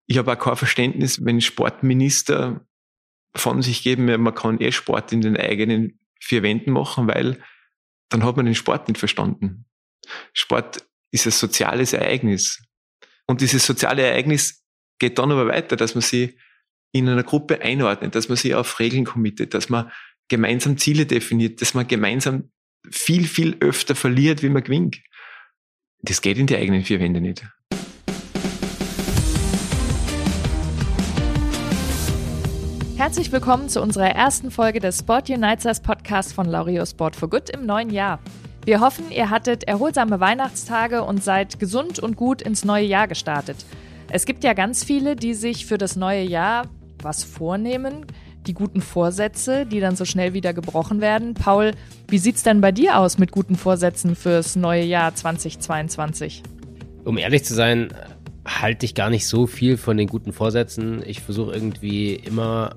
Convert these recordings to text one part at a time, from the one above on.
Ich habe auch kein Verständnis, wenn Sportminister von sich geben, man kann Sport in den eigenen vier Wänden machen, weil dann hat man den Sport nicht verstanden. Sport ist ein soziales Ereignis. Und dieses soziale Ereignis geht dann aber weiter, dass man sich in einer Gruppe einordnet, dass man sich auf Regeln committet, dass man gemeinsam Ziele definiert, dass man gemeinsam viel, viel öfter verliert, wie man gewinnt. Das geht in die eigenen vier Wände nicht. Herzlich willkommen zu unserer ersten Folge des Sport Unites Us Podcast von Laurio Sport for Good im neuen Jahr. Wir hoffen, ihr hattet erholsame Weihnachtstage und seid gesund und gut ins neue Jahr gestartet. Es gibt ja ganz viele, die sich für das neue Jahr was vornehmen, die guten Vorsätze, die dann so schnell wieder gebrochen werden. Paul, wie sieht's denn bei dir aus mit guten Vorsätzen fürs neue Jahr 2022? Um ehrlich zu sein, halte ich gar nicht so viel von den guten Vorsätzen. Ich versuche irgendwie immer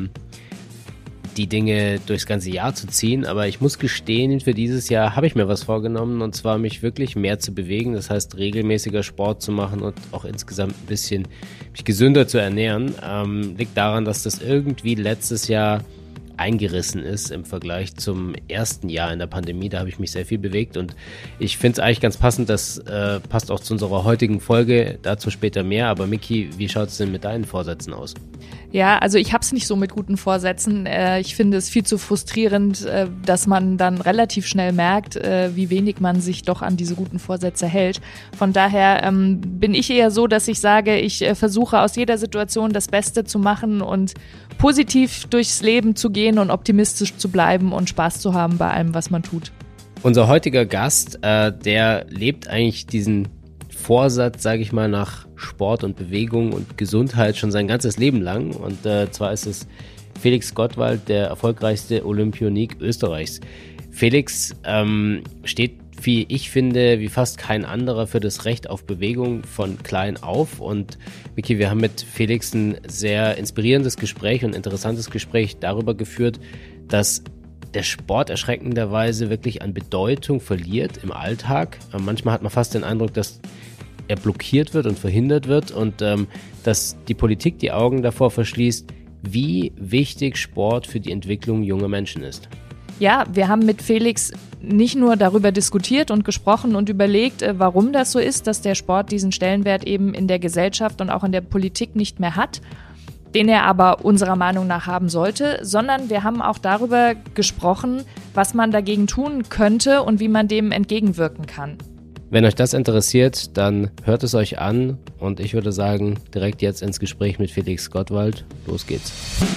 die Dinge durchs ganze Jahr zu ziehen, aber ich muss gestehen, für dieses Jahr habe ich mir was vorgenommen, und zwar mich wirklich mehr zu bewegen, das heißt regelmäßiger Sport zu machen und auch insgesamt ein bisschen mich gesünder zu ernähren. Liegt daran, dass das irgendwie letztes Jahr eingerissen ist im Vergleich zum ersten Jahr in der Pandemie. Da habe ich mich sehr viel bewegt, und ich finde es eigentlich ganz passend, das passt auch zu unserer heutigen Folge, dazu später mehr. Aber Miki, wie schaut es denn mit deinen Vorsätzen aus? Ja, also ich habe es nicht so mit guten Vorsätzen. Ich finde es viel zu frustrierend, dass man dann relativ schnell merkt, wie wenig man sich doch an diese guten Vorsätze hält. Von daher bin ich eher so, dass ich sage, ich versuche aus jeder Situation das Beste zu machen und positiv durchs Leben zu gehen und optimistisch zu bleiben und Spaß zu haben bei allem, was man tut. Unser heutiger Gast, der lebt eigentlich diesen Vorsatz, sage ich mal, nach Sport und Bewegung und Gesundheit schon sein ganzes Leben lang. Und zwar ist es Felix Gottwald, der erfolgreichste Olympionik Österreichs. Felix steht, wie ich finde, wie fast kein anderer für das Recht auf Bewegung von klein auf. Und Miki, wir haben mit Felix ein sehr inspirierendes Gespräch und interessantes Gespräch darüber geführt, dass der Sport erschreckenderweise wirklich an Bedeutung verliert im Alltag. Manchmal hat man fast den Eindruck, dass er blockiert wird und verhindert wird, und dass die Politik die Augen davor verschließt, wie wichtig Sport für die Entwicklung junger Menschen ist. Ja, wir haben mit Felix nicht nur darüber diskutiert und gesprochen und überlegt, warum das so ist, dass der Sport diesen Stellenwert eben in der Gesellschaft und auch in der Politik nicht mehr hat, den er aber unserer Meinung nach haben sollte, sondern wir haben auch darüber gesprochen, was man dagegen tun könnte und wie man dem entgegenwirken kann. Wenn euch das interessiert, dann hört es euch an, und ich würde sagen, direkt jetzt ins Gespräch mit Felix Gottwald. Los geht's.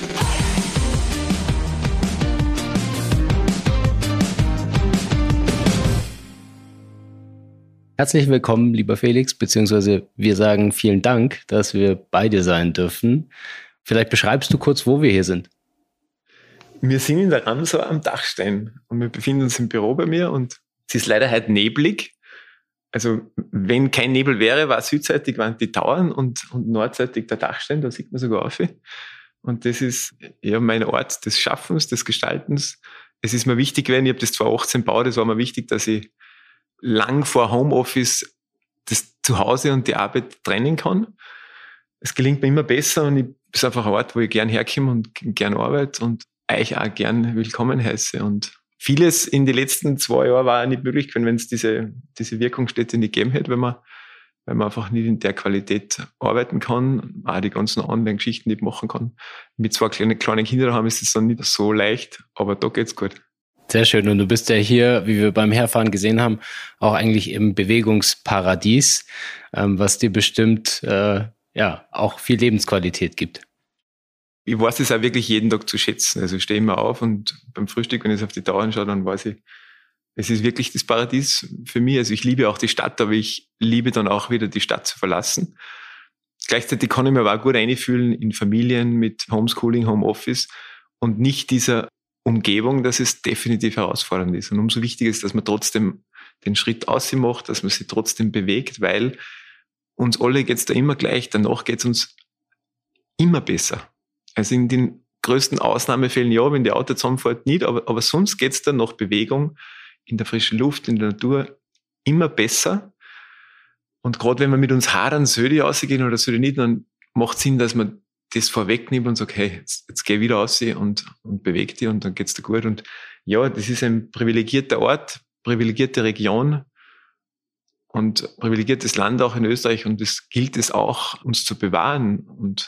Herzlich willkommen, lieber Felix, beziehungsweise wir sagen vielen Dank, dass wir bei dir sein dürfen. Vielleicht beschreibst du kurz, wo wir hier sind. Wir sind in der Ramsau am Dachstein und wir befinden uns im Büro bei mir, und es ist leider heute neblig. Also wenn kein Nebel wäre, war südseitig waren die Tauern und nordseitig der Dachstein, da sieht man sogar auf. Und das ist ja mein Ort des Schaffens, des Gestaltens. Es ist mir wichtig gewesen, ich habe das 2018 gebaut, es war mir wichtig, dass ich lang vor Homeoffice das Zuhause und die Arbeit trennen kann. Es gelingt mir immer besser, und es ist einfach ein Ort, wo ich gern herkomme und gern arbeite und euch auch gern willkommen heiße. Und vieles in den letzten 2 Jahren war auch nicht möglich gewesen, wenn es diese Wirkungsstätte nicht gegeben hätte, weil man einfach nicht in der Qualität arbeiten kann, auch die ganzen anderen Geschichten nicht machen kann. Mit 2 kleinen Kindern haben ist es dann nicht so leicht, aber da geht's gut. Sehr schön. Und du bist ja hier, wie wir beim Herfahren gesehen haben, auch eigentlich im Bewegungsparadies, was dir bestimmt auch viel Lebensqualität gibt. Ich weiß es auch wirklich jeden Tag zu schätzen. Also ich stehe immer auf, und beim Frühstück, wenn ich auf die Tauern schaue, dann weiß ich, es ist wirklich das Paradies für mich. Also ich liebe auch die Stadt, aber ich liebe dann auch wieder die Stadt zu verlassen. Gleichzeitig kann ich mir aber auch gut einfühlen in Familien mit Homeschooling, Homeoffice und nicht dieser Umgebung, dass es definitiv herausfordernd ist. Und umso wichtiger ist, dass man trotzdem den Schritt aus macht, dass man sich trotzdem bewegt, weil uns alle geht's da immer gleich, danach geht's uns immer besser. Also in den größten Ausnahmefällen, ja, wenn die Auto zusammenfährt, nicht, aber sonst geht's dann nach Bewegung in der frischen Luft, in der Natur immer besser. Und gerade wenn wir mit uns hadern, soll ich rausgehen oder soll ich nicht, dann macht Sinn, dass man das vorwegnimmt und sagt, hey, jetzt geh wieder raus und beweg dich und dann geht's dir gut. Und ja, das ist ein privilegierter Ort, privilegierte Region und privilegiertes Land auch in Österreich, und es gilt es auch, uns zu bewahren und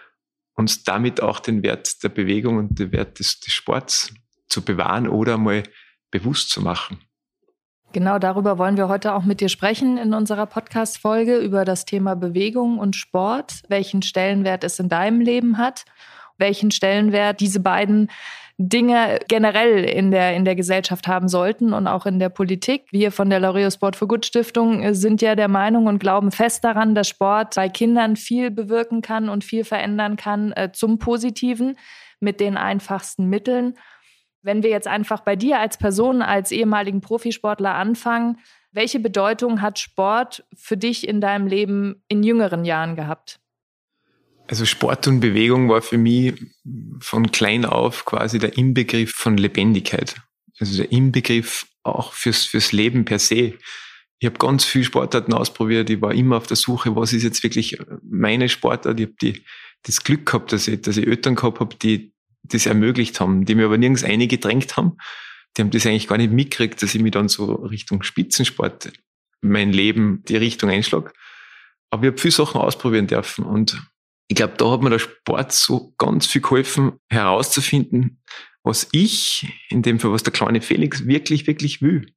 uns damit auch den Wert der Bewegung und den Wert des Sports zu bewahren oder mal bewusst zu machen. Genau darüber wollen wir heute auch mit dir sprechen in unserer Podcast-Folge über das Thema Bewegung und Sport, welchen Stellenwert es in deinem Leben hat, welchen Stellenwert diese beiden Dinge generell in der Gesellschaft haben sollten und auch in der Politik. Wir von der Laureus Sport for Good Stiftung sind ja der Meinung und glauben fest daran, dass Sport bei Kindern viel bewirken kann und viel verändern kann zum Positiven mit den einfachsten Mitteln. Wenn wir jetzt einfach bei dir als Person, als ehemaligen Profisportler anfangen, welche Bedeutung hat Sport für dich in deinem Leben in jüngeren Jahren gehabt? Also Sport und Bewegung war für mich von klein auf quasi der Inbegriff von Lebendigkeit. Also der Inbegriff auch fürs Leben per se. Ich habe ganz viele Sportarten ausprobiert. Ich war immer auf der Suche, was ist jetzt wirklich meine Sportart. Ich habe das Glück gehabt, dass ich Eltern gehabt habe, die das ermöglicht haben, die mir aber nirgends eingedrängt haben. Die haben das eigentlich gar nicht mitgekriegt, dass ich mich dann so Richtung Spitzensport mein Leben die Richtung einschlage. Aber ich habe viele Sachen ausprobieren dürfen, und ich glaube, da hat mir der Sport so ganz viel geholfen, herauszufinden, was ich, in dem Fall was der kleine Felix wirklich, wirklich will.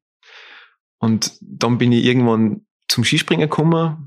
Und dann bin ich irgendwann zum Skispringen gekommen.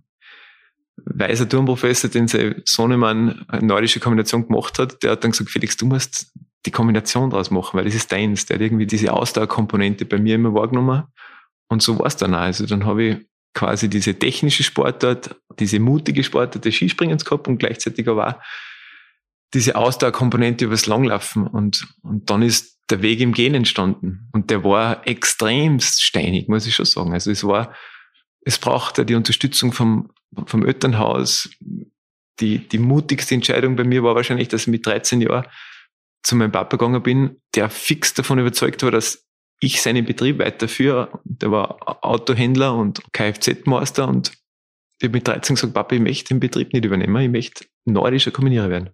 Weiser Turnprofessor, den sein Sohnemann eine nordische Kombination gemacht hat, der hat dann gesagt, Felix, du musst die Kombination draus machen, weil das ist deins. Der hat irgendwie diese Ausdauerkomponente bei mir immer wahrgenommen. Und so war es dann auch. Also dann habe ich quasi diese technische Sportart, diese mutige Sportart des Skispringens gehabt und gleichzeitig aber auch diese Ausdauerkomponente übers Langlaufen. Und dann ist der Weg im Gehen entstanden. Und der war extremst steinig, muss ich schon sagen. Also es brauchte die Unterstützung vom Elternhaus. Die mutigste Entscheidung bei mir war wahrscheinlich, dass ich mit 13 Jahren zu meinem Papa gegangen bin, der fix davon überzeugt war, dass ich seinen Betrieb weiterführe. Der war Autohändler und Kfz-Meister, und ich habe mit 13 gesagt, Papa, ich möchte den Betrieb nicht übernehmen, ich möchte nordischer Kombinierer werden.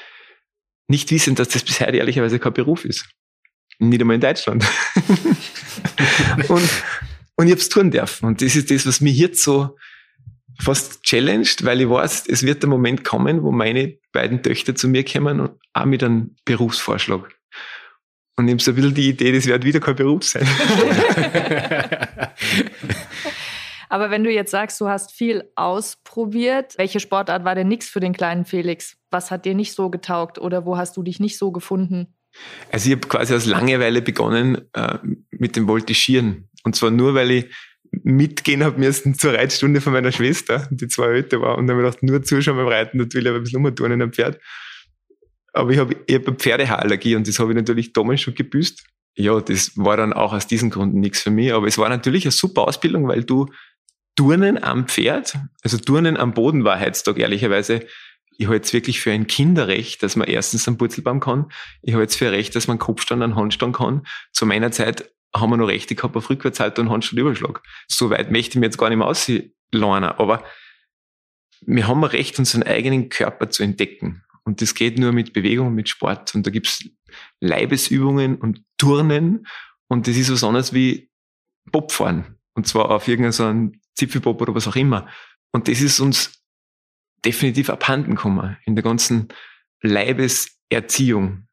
Nicht wissend, dass das bis heute ehrlicherweise kein Beruf ist. Nicht einmal in Deutschland. Und ich habe es tun dürfen. Und das ist das, was mich jetzt so fast challenged, weil ich weiß, es wird der Moment kommen, wo meine beiden Töchter zu mir kommen und auch mit einem Berufsvorschlag. Und ich habe so ein bisschen die Idee, das wird wieder kein Beruf sein. Aber wenn du jetzt sagst, du hast viel ausprobiert, welche Sportart war denn nichts für den kleinen Felix? Was hat dir nicht so getaugt oder wo hast du dich nicht so gefunden? Also ich habe quasi aus Langeweile begonnen mit dem Voltigieren. Und zwar nur, weil ich mitgehen habe müssen zur Reitstunde von meiner Schwester, die 2 älter war. Und dann habe ich gedacht, nur zuschauen beim Reiten, natürlich aber ein bisschen rumtun in einem Pferd. Aber ich habe eine Pferdehaarallergie, und das habe ich natürlich damals schon gebüßt. Ja, das war dann auch aus diesen Gründen nichts für mich. Aber es war natürlich eine super Ausbildung, weil du Turnen am Pferd, also Turnen am Boden war heutzutage ehrlicherweise, ich halte es wirklich für ein Kinderrecht, dass man erstens einen Purzelbaum kann. Ich halte es für ein Recht, dass man Kopfstand an Handstand kann. Zu meiner Zeit haben wir noch Rechte gehabt auf Rückwärtshalter und Handstandüberschlag. So weit möchte ich mir jetzt gar nicht mehr auslernen. Aber wir haben ein Recht, unseren eigenen Körper zu entdecken. Und das geht nur mit Bewegung und mit Sport. Und da gibt's Leibesübungen und Turnen. Und das ist was anderes wie Bobfahren. Und zwar auf irgendeinen so einen Zipfelbob oder was auch immer. Und das ist uns definitiv abhanden gekommen in der ganzen Leibeserziehung.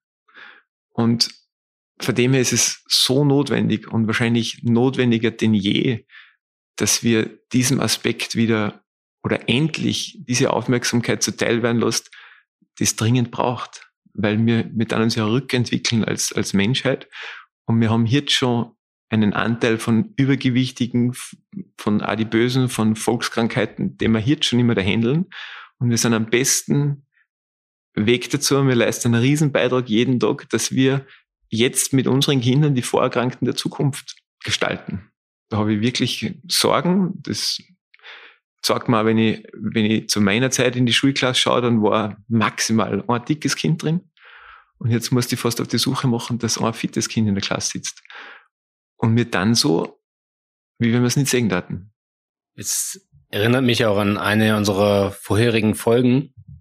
Und von dem her ist es so notwendig und wahrscheinlich notwendiger denn je, dass wir diesem Aspekt wieder oder endlich diese Aufmerksamkeit zuteil werden lässt, die es dringend braucht. Weil wir dann uns ja rückentwickeln als Menschheit. Und wir haben jetzt schon einen Anteil von Übergewichtigen, von Adipösen, von Volkskrankheiten, den wir jetzt schon immer da handeln. Und wir sind am besten Weg dazu, und wir leisten einen riesen Beitrag jeden Tag, dass wir jetzt mit unseren Kindern die Vorerkrankten der Zukunft gestalten. Da habe ich wirklich Sorgen. Das sagt man auch, wenn ich zu meiner Zeit in die Schulklasse schaue, dann war maximal ein dickes Kind drin. Und jetzt musst du fast auf die Suche machen, dass ein fittes Kind in der Klasse sitzt. Und wir dann so, wie wenn wir es nicht sehen hatten. Jetzt erinnert mich auch an eine unserer vorherigen Folgen,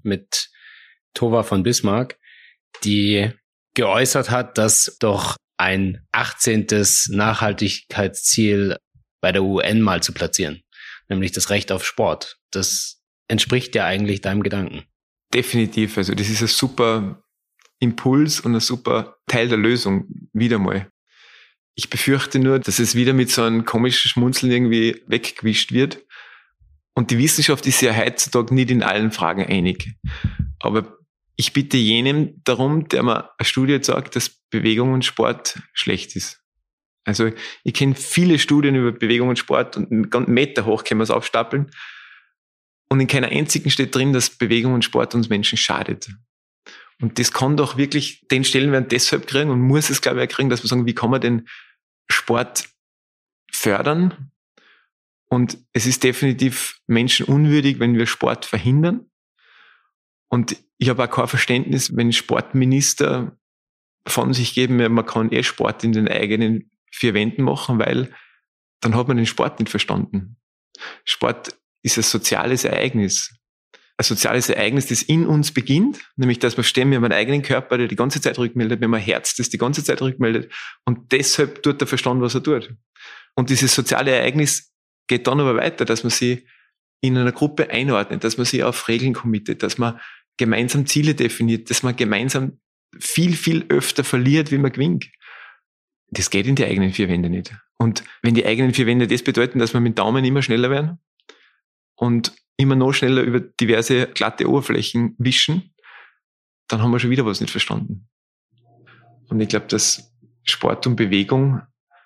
mit Tova von Bismarck, die geäußert hat, dass doch ein 18. Nachhaltigkeitsziel bei der UN mal zu platzieren, nämlich das Recht auf Sport. Das entspricht ja eigentlich deinem Gedanken. Definitiv. Also das ist ein super Impuls und ein super Teil der Lösung, wieder mal. Ich befürchte nur, dass es wieder mit so einem komischen Schmunzeln irgendwie weggewischt wird. Und die Wissenschaft ist ja heutzutage nicht in allen Fragen einig. Aber ich bitte jenem darum, der mir eine Studie sagt, dass Bewegung und Sport schlecht ist. Also ich kenne viele Studien über Bewegung und Sport und einen Meter hoch können wir es aufstapeln. Und in keiner einzigen steht drin, dass Bewegung und Sport uns Menschen schadet. Und das kann doch wirklich den Stellenwert deshalb kriegen und muss es, glaube ich, auch kriegen, dass wir sagen, wie kann man den Sport fördern? Und es ist definitiv menschenunwürdig, wenn wir Sport verhindern. Und ich habe auch kein Verständnis, wenn Sportminister von sich geben, man kann Sport in den eigenen vier Wänden machen, weil dann hat man den Sport nicht verstanden. Sport ist ein soziales Ereignis. Ein soziales Ereignis, das in uns beginnt, nämlich dass wir stehen, wir haben einen eigenen Körper, der die ganze Zeit rückmeldet, wir haben ein Herz, das die ganze Zeit rückmeldet und deshalb tut der Verstand, was er tut. Und dieses soziale Ereignis geht dann aber weiter, dass man sie in einer Gruppe einordnet, dass man sie auf Regeln committet, dass man gemeinsam Ziele definiert, dass man gemeinsam viel, viel öfter verliert, wie man gewinnt. Das geht in die eigenen vier Wände nicht. Und wenn die eigenen vier Wände das bedeuten, dass wir mit dem Daumen immer schneller werden und immer noch schneller über diverse glatte Oberflächen wischen, dann haben wir schon wieder was nicht verstanden. Und ich glaube, dass Sport und Bewegung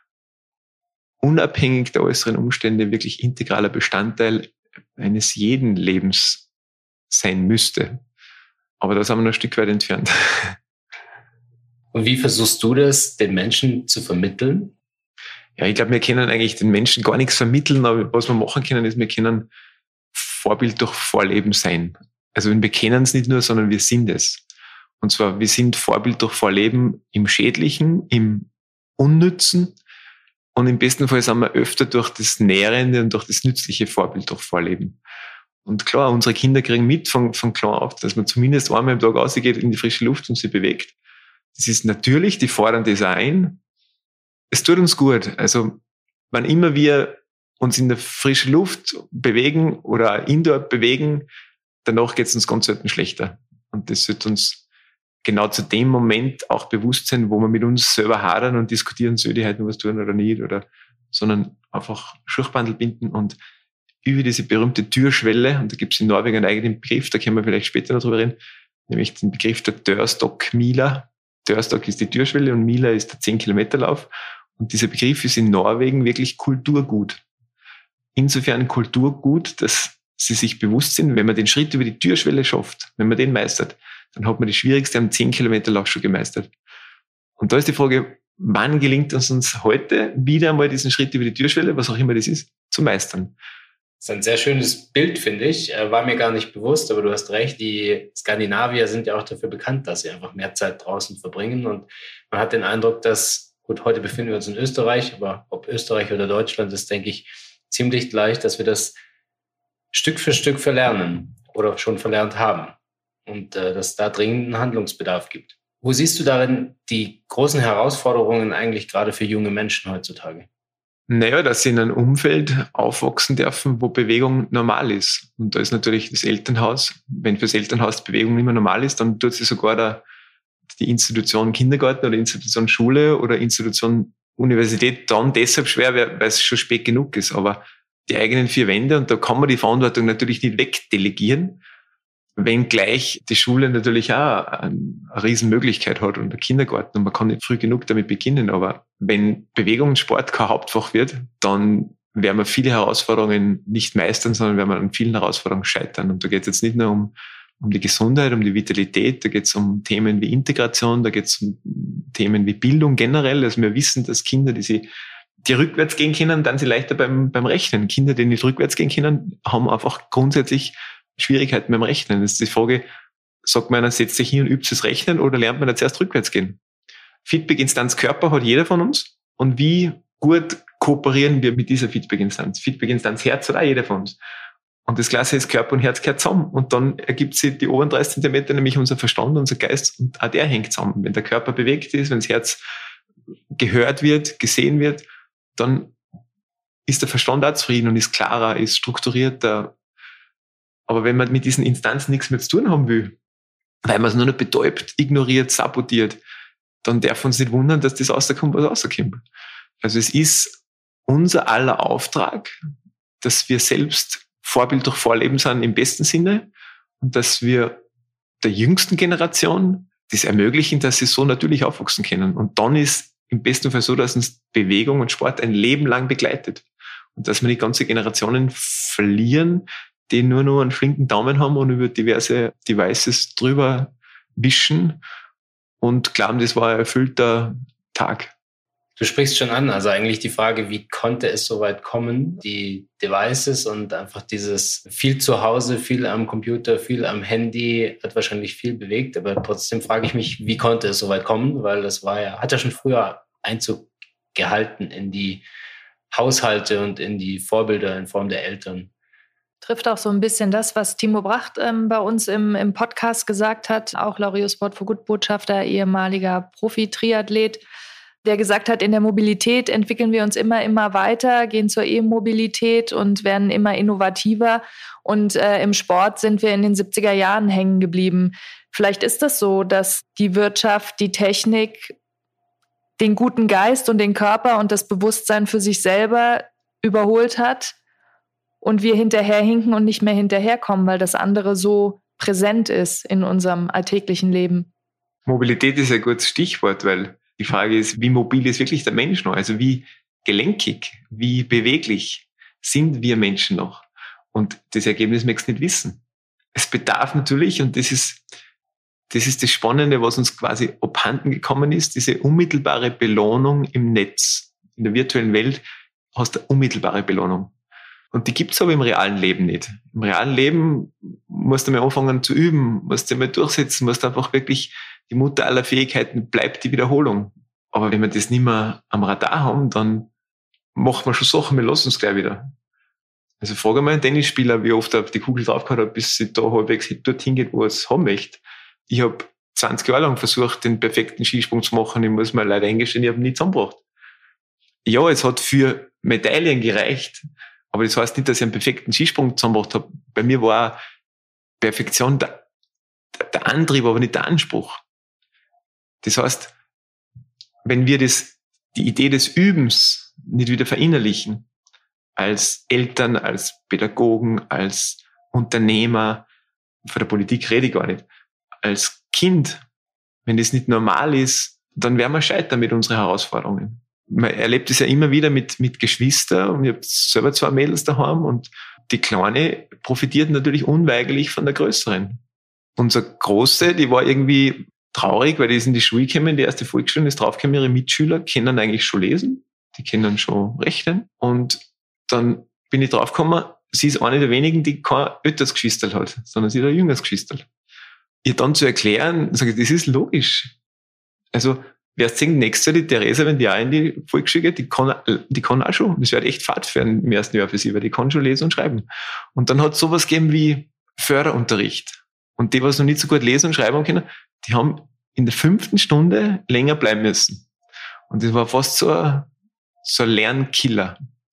unabhängig der äußeren Umstände wirklich integraler Bestandteil eines jeden Lebens sein müsste. Aber da sind wir noch ein Stück weit entfernt. Und wie versuchst du das, den Menschen zu vermitteln? Ja, ich glaube, wir können eigentlich den Menschen gar nichts vermitteln, aber was wir machen können, ist, wir können Vorbild durch Vorleben sein. Also wir kennen es nicht nur, sondern wir sind es. Und zwar, wir sind Vorbild durch Vorleben im Schädlichen, im Unnützen und im besten Fall sind wir öfter durch das Nährende und durch das nützliche Vorbild durch Vorleben. Und klar, unsere Kinder kriegen mit von klein auf, dass man zumindest einmal am Tag rausgeht in die frische Luft und sich bewegt. Das ist natürlich, die fordern das auch ein. Es tut uns gut. Also, wann immer wir uns in der frischen Luft bewegen oder indoor bewegen, danach geht es uns ganz selten schlechter. Und das sollte uns genau zu dem Moment auch bewusst sein, wo wir mit uns selber hadern und diskutieren, soll ich heute noch was tun oder nicht, sondern einfach Schuchbandel binden und über diese berühmte Türschwelle, und da gibt es in Norwegen einen eigenen Begriff, da können wir vielleicht später noch drüber reden, nämlich den Begriff der Dørstokk-Mila. Dørstokk ist die Türschwelle und Mila ist der 10-Kilometer-Lauf. Und dieser Begriff ist in Norwegen wirklich Kulturgut. Insofern Kulturgut, dass sie sich bewusst sind, wenn man den Schritt über die Türschwelle schafft, wenn man den meistert, dann hat man das Schwierigste am 10-Kilometer-Lauf schon gemeistert. Und da ist die Frage, wann gelingt es uns heute wieder einmal diesen Schritt über die Türschwelle, was auch immer das ist, zu meistern? Das ist ein sehr schönes Bild, finde ich. War mir gar nicht bewusst, aber du hast recht. Die Skandinavier sind ja auch dafür bekannt, dass sie einfach mehr Zeit draußen verbringen. Und man hat den Eindruck, dass, gut, heute befinden wir uns in Österreich, aber ob Österreich oder Deutschland ist, denke ich, ziemlich gleich, dass wir das Stück für Stück verlernen oder schon verlernt haben. Und dass es da dringend einen Handlungsbedarf gibt. Wo siehst du darin die großen Herausforderungen eigentlich gerade für junge Menschen heutzutage? Naja, dass sie in einem Umfeld aufwachsen dürfen, wo Bewegung normal ist. Und da ist natürlich das Elternhaus. Wenn fürs Elternhaus die Bewegung nicht mehr normal ist, dann tut sie sogar die Institution Kindergarten oder Institution Schule oder Institution Universität dann deshalb schwer, weil es schon spät genug ist. Aber die eigenen vier Wände, und da kann man die Verantwortung natürlich nicht wegdelegieren, wenngleich die Schule natürlich auch eine Riesenmöglichkeit hat und der Kindergarten und man kann nicht früh genug damit beginnen. Aber wenn Bewegung und Sport kein Hauptfach wird, dann werden wir viele Herausforderungen nicht meistern, sondern werden wir an vielen Herausforderungen scheitern. Und da geht es jetzt nicht nur um die Gesundheit, um die Vitalität, da geht es um Themen wie Integration, da geht es um Themen wie Bildung generell. Also wir wissen, dass Kinder, die rückwärts gehen können, dann sie leichter beim Rechnen. Kinder, die nicht rückwärts gehen können, haben einfach grundsätzlich Schwierigkeiten beim Rechnen. Das ist die Frage, sagt man, setzt sich hin und übt das Rechnen oder lernt man da zuerst rückwärts gehen? Feedback-Instanz Körper hat jeder von uns. Und wie gut kooperieren wir mit dieser Feedback-Instanz? Feedback-Instanz Herz hat auch jeder von uns. Und das Klasse ist, Körper und Herz gehört zusammen. Und dann ergibt sich die oberen 30 Zentimeter, nämlich unser Verstand, unser Geist, und auch der hängt zusammen. Wenn der Körper bewegt ist, wenn das Herz gehört wird, gesehen wird, dann ist der Verstand auch zufrieden und ist klarer, ist strukturierter. Aber wenn man mit diesen Instanzen nichts mehr zu tun haben will, weil man es nur noch betäubt, ignoriert, sabotiert, dann darf uns nicht wundern, dass das rauskommt, was rauskommt. Also es ist unser aller Auftrag, dass wir selbst Vorbild durch Vorleben sind im besten Sinne und dass wir der jüngsten Generation das ermöglichen, dass sie so natürlich aufwachsen können. Und dann ist im besten Fall so, dass uns Bewegung und Sport ein Leben lang begleitet. Und dass wir nicht ganze Generationen verlieren, die nur noch einen flinken Daumen haben und über diverse Devices drüber wischen und glauben, das war ein erfüllter Tag. Du sprichst schon an, also eigentlich die Frage, wie konnte es so weit kommen? Die Devices und einfach dieses viel zu Hause, viel am Computer, viel am Handy, hat wahrscheinlich viel bewegt, aber trotzdem frage ich mich, wie konnte es so weit kommen? Weil das hat ja schon früher Einzug gehalten in die Haushalte und in die Vorbilder in Form der Eltern. Trifft auch so ein bisschen das, was Timo Bracht bei uns im Podcast gesagt hat, auch Laurios Sport for Good Botschafter, ehemaliger Profi-Triathlet, der gesagt hat, in der Mobilität entwickeln wir uns immer weiter, gehen zur E-Mobilität und werden immer innovativer. Und im Sport sind wir in den 70er Jahren hängen geblieben. Vielleicht ist das so, dass die Wirtschaft, die Technik, den guten Geist und den Körper und das Bewusstsein für sich selber überholt hat und wir hinterherhinken und nicht mehr hinterherkommen, weil das andere so präsent ist in unserem alltäglichen Leben. Mobilität ist ein gutes Stichwort, weil die Frage ist, wie mobil ist wirklich der Mensch noch? Also wie gelenkig, wie beweglich sind wir Menschen noch? Und das Ergebnis möchtest du nicht wissen. Es bedarf natürlich, und das ist das Spannende, was uns quasi abhanden gekommen ist, diese unmittelbare Belohnung im Netz. In der virtuellen Welt hast du unmittelbare Belohnung. Und die gibt's aber im realen Leben nicht. Im realen Leben musst du mal anfangen zu üben, musst du mal durchsetzen, musst einfach wirklich, die Mutter aller Fähigkeiten bleibt die Wiederholung. Aber wenn wir das nicht mehr am Radar haben, dann machen wir schon Sachen, wir lassen es gleich wieder. Also frage mal einen Tennisspieler, wie oft er auf die Kugel draufgehauen hat, bis sie da halbwegs dorthin geht, wo er es haben möchte. Ich habe 20 Jahre lang versucht, den perfekten Skisprung zu machen. Ich muss mir leider eingestehen, ich habe ihn nie zusammengebracht. Ja, es hat für Medaillen gereicht, aber das heißt nicht, dass ich einen perfekten Skisprung zusammengebracht habe. Bei mir war Perfektion der Antrieb, aber nicht der Anspruch. Das heißt, wenn wir die Idee des Übens nicht wieder verinnerlichen, als Eltern, als Pädagogen, als Unternehmer, von der Politik rede ich gar nicht, als Kind, wenn das nicht normal ist, dann werden wir scheitern mit unseren Herausforderungen. Man erlebt es ja immer wieder mit Geschwistern und ich habe selber 2 Mädels daheim und die Kleine profitiert natürlich unweigerlich von der Größeren. Unsere Große, die war irgendwie traurig, weil die ist in die Schule gekommen, die erste Volksschule ist draufgekommen, ihre Mitschüler können eigentlich schon lesen, die können schon rechnen und dann bin ich draufgekommen, sie ist eine der wenigen, die kein älteres Geschwisterl hat, sondern sie hat ein jüngeres Geschwisterl. Ihr dann zu erklären, sage ich, das ist logisch. Also, wer sehen, nächstes Jahr die Theresa, wenn die auch in die Volksschule geht, die kann auch schon. Das wird echt Fahrt für im ersten Jahr für sie, weil die kann schon lesen und schreiben. Und dann hat es sowas gegeben wie Förderunterricht. Und die, was noch nicht so gut lesen und schreiben können, die haben in der 5. Stunde länger bleiben müssen. Und das war fast so ein Lernkiller.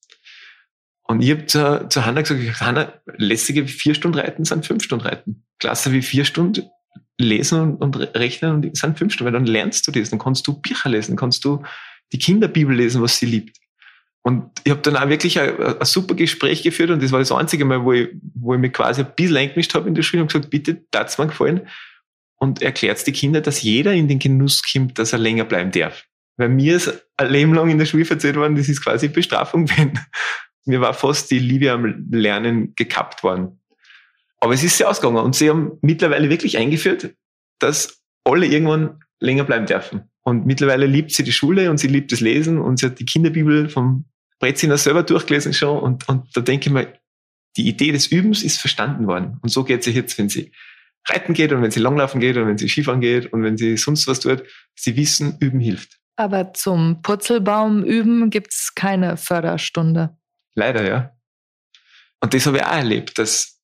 Und ich habe zu Hanna gesagt, Hanna, lässige 4 Stunden Reiten sind 5 Stunden Reiten. Klasse wie 4 Stunden lesen und rechnen und das sind 5 Stunden, weil dann lernst du das, dann kannst du Bücher lesen, kannst du die Kinderbibel lesen, was sie liebt. Und ich habe dann auch wirklich ein super Gespräch geführt und das war das einzige Mal, wo ich mich quasi ein bisschen eingemischt habe in der Schule und gesagt, bitte, tat's mir gefallen und erklärt die Kinder, dass jeder in den Genuss kommt, dass er länger bleiben darf. Weil mir ist ein Leben lang in der Schule erzählt worden, das ist quasi Bestrafung, wenn mir war fast die Liebe am Lernen gekappt worden. Aber es ist sehr ausgegangen und sie haben mittlerweile wirklich eingeführt, dass alle irgendwann länger bleiben dürfen. Und mittlerweile liebt sie die Schule und sie liebt das Lesen und sie hat die Kinderbibel vom Breziner selber durchgelesen schon und da denke ich mir, die Idee des Übens ist verstanden worden. Und so geht sie jetzt, wenn sie reiten geht und wenn sie langlaufen geht und wenn sie Skifahren geht und wenn sie sonst was tut, sie wissen, Üben hilft. Aber zum Purzelbaum üben gibt's keine Förderstunde. Leider, ja. Und das habe ich auch erlebt, dass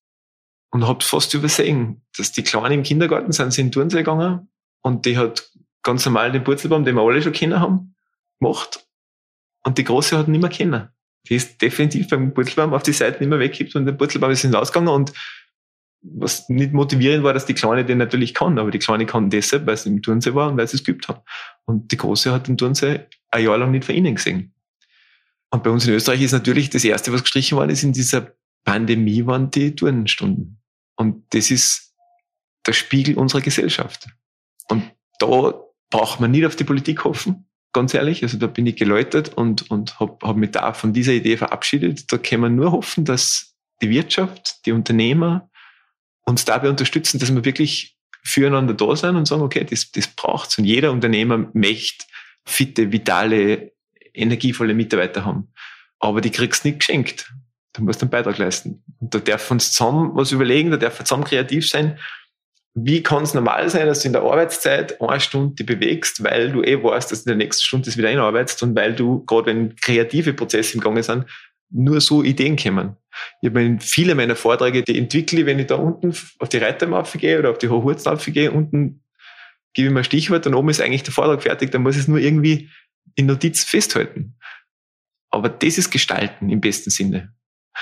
und hab's fast übersehen, dass die Kleinen im Kindergarten sind sie in den Turnsee gegangen und die hat ganz normal den Purzelbaum, den wir alle schon kennen haben, gemacht und die Große hat ihn nicht mehr kennen. Die ist definitiv beim Purzelbaum auf die Seite nicht mehr weggekippt und der Purzelbaum ist hinausgegangen und was nicht motivierend war, dass die Kleine den natürlich kann, aber die Kleine kann deshalb, weil sie im Turnsee war und weil sie es geübt hat. Und die Große hat den Turnsee ein Jahr lang nicht von innen gesehen. Und bei uns in Österreich ist natürlich das Erste, was gestrichen worden ist, in dieser Pandemie waren die Turnstunden. Und das ist der Spiegel unserer Gesellschaft. Und da braucht man nicht auf die Politik hoffen, ganz ehrlich. Also da bin ich geläutert und hab mich da von dieser Idee verabschiedet. Da kann man nur hoffen, dass die Wirtschaft, die Unternehmer uns dabei unterstützen, dass wir wirklich füreinander da sind und sagen, okay, das braucht's. Und jeder Unternehmer möchte fitte, vitale, energievolle Mitarbeiter haben. Aber die kriegst du nicht geschenkt. Du musst einen Beitrag leisten. Und da darf uns zusammen was überlegen, da darf zusammen kreativ sein. Wie kann es normal sein, dass du in der Arbeitszeit 1 Stunde dich bewegst, weil du weißt, dass du in der nächsten Stunde das wieder einarbeitest und weil du, gerade wenn kreative Prozesse im Gange sind, nur so Ideen kommen. Ich habe viele meiner Vorträge, die entwickle ich, wenn ich da unten auf die Reitermaufe gehe oder auf die Hochwurztaufe gehe, unten gebe ich mir ein Stichwort, dann oben ist eigentlich der Vortrag fertig, dann muss ich es nur irgendwie in Notiz festhalten. Aber das ist Gestalten im besten Sinne.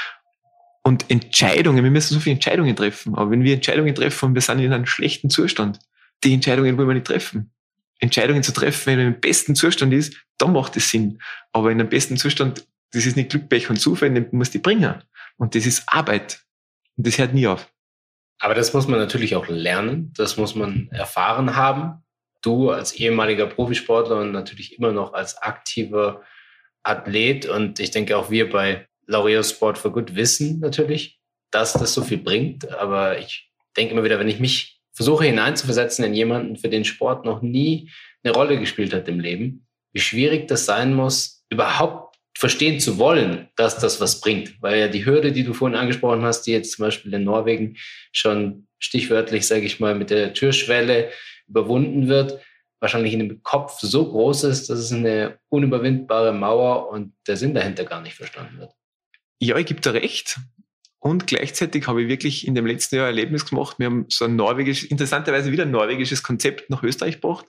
Und Entscheidungen, wir müssen so viele Entscheidungen treffen, aber wenn wir Entscheidungen treffen und wir sind in einem schlechten Zustand, die Entscheidungen wollen wir nicht treffen. Entscheidungen zu treffen, wenn man im besten Zustand ist, dann macht es Sinn. Aber in einem besten Zustand, das ist nicht Glück, Pech und Zufall, den muss die bringen. Und das ist Arbeit. Und das hört nie auf. Aber das muss man natürlich auch lernen. Das muss man erfahren haben. Du als ehemaliger Profisportler und natürlich immer noch als aktiver Athlet. Und ich denke auch wir bei Laureus Sport for Good wissen natürlich, dass das so viel bringt. Aber ich denke immer wieder, wenn ich mich versuche hineinzuversetzen in jemanden, für den Sport noch nie eine Rolle gespielt hat im Leben, wie schwierig das sein muss, überhaupt verstehen zu wollen, dass das was bringt. Weil ja die Hürde, die du vorhin angesprochen hast, die jetzt zum Beispiel in Norwegen schon stichwörtlich, sage ich mal, mit der Türschwelle überwunden wird, wahrscheinlich in dem Kopf so groß ist, dass es eine unüberwindbare Mauer und der Sinn dahinter gar nicht verstanden wird. Ja, ich gebe dir recht. Und gleichzeitig habe ich wirklich in dem letzten Jahr ein Erlebnis gemacht. Wir haben so ein interessanterweise wieder ein norwegisches Konzept nach Österreich gebracht,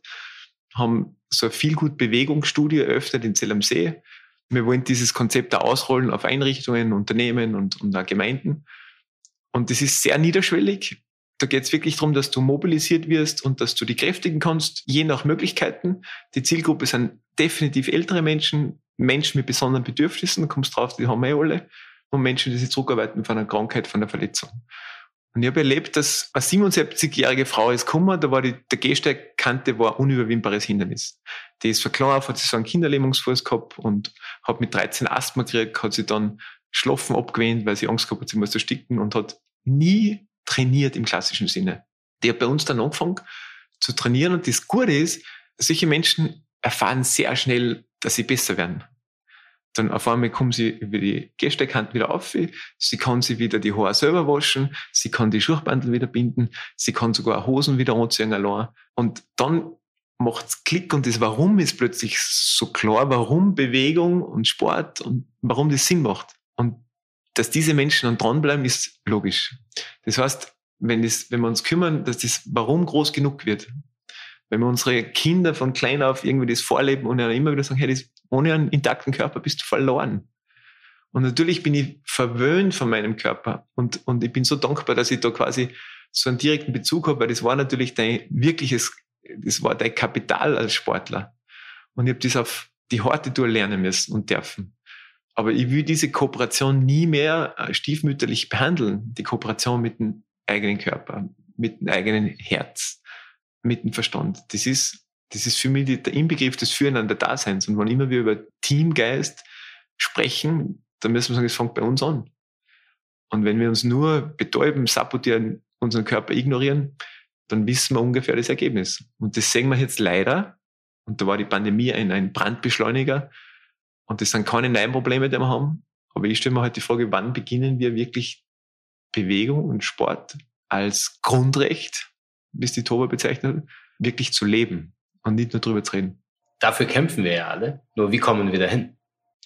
haben so eine Feelgood-Bewegungsstudie eröffnet in Zell am See. Wir wollen dieses Konzept auch ausrollen auf Einrichtungen, Unternehmen und auch Gemeinden. Und das ist sehr niederschwellig. Da geht es wirklich darum, dass du mobilisiert wirst und dass du die kräftigen kannst, je nach Möglichkeiten. Die Zielgruppe sind definitiv ältere Menschen, Menschen mit besonderen Bedürfnissen, da kommst drauf, die haben wir alle, und Menschen, die sich zurückarbeiten von einer Krankheit, von einer Verletzung. Und ich habe erlebt, dass eine 77-jährige Frau ist gekommen, da war der Gehsteigkante war ein unüberwindbares Hindernis. Die ist verkleidet, hat so einen Kinderlähmungsfuß gehabt und hat mit 13 Asthma gekriegt, hat sich dann schlafen abgewöhnt, weil sie Angst gehabt hat, sie muss ersticken und hat nie trainiert im klassischen Sinne. Die hat bei uns dann angefangen zu trainieren und das Gute ist, solche Menschen erfahren sehr schnell, dass sie besser werden. Dann auf einmal kommen sie über die Gehsteigkanten wieder auf, sie kann sich wieder die Haare selber waschen, sie kann die Schuhbandel wieder binden, sie kann sogar Hosen wieder anziehen allein. Und dann macht's Klick und das Warum ist plötzlich so klar, warum Bewegung und Sport und warum das Sinn macht. Und dass diese Menschen dann dranbleiben, ist logisch. Das heißt, wenn wir uns kümmern, dass das Warum groß genug wird, wenn wir unsere Kinder von klein auf irgendwie das vorleben und dann immer wieder sagen, hey, ohne einen intakten Körper bist du verloren. Und natürlich bin ich verwöhnt von meinem Körper und ich bin so dankbar, dass ich da quasi so einen direkten Bezug habe, weil das war natürlich das war dein Kapital als Sportler. Und ich habe das auf die harte Tour lernen müssen und dürfen. Aber ich will diese Kooperation nie mehr stiefmütterlich behandeln, die Kooperation mit dem eigenen Körper, mit dem eigenen Herz, mit dem Verstand. Das ist für mich der Inbegriff des Füreinander-Daseins. Und wenn immer wir über Teamgeist sprechen, dann müssen wir sagen, es fängt bei uns an. Und wenn wir uns nur betäuben, sabotieren, unseren Körper ignorieren, dann wissen wir ungefähr das Ergebnis. Und das sehen wir jetzt leider. Und da war die Pandemie ein Brandbeschleuniger. Und das sind keine neuen Probleme, die wir haben. Aber ich stelle mir halt die Frage, wann beginnen wir wirklich Bewegung und Sport als Grundrecht, wie es die Toba bezeichnet, wirklich zu leben und nicht nur drüber zu reden. Dafür kämpfen wir ja alle. Nur wie kommen wir dahin?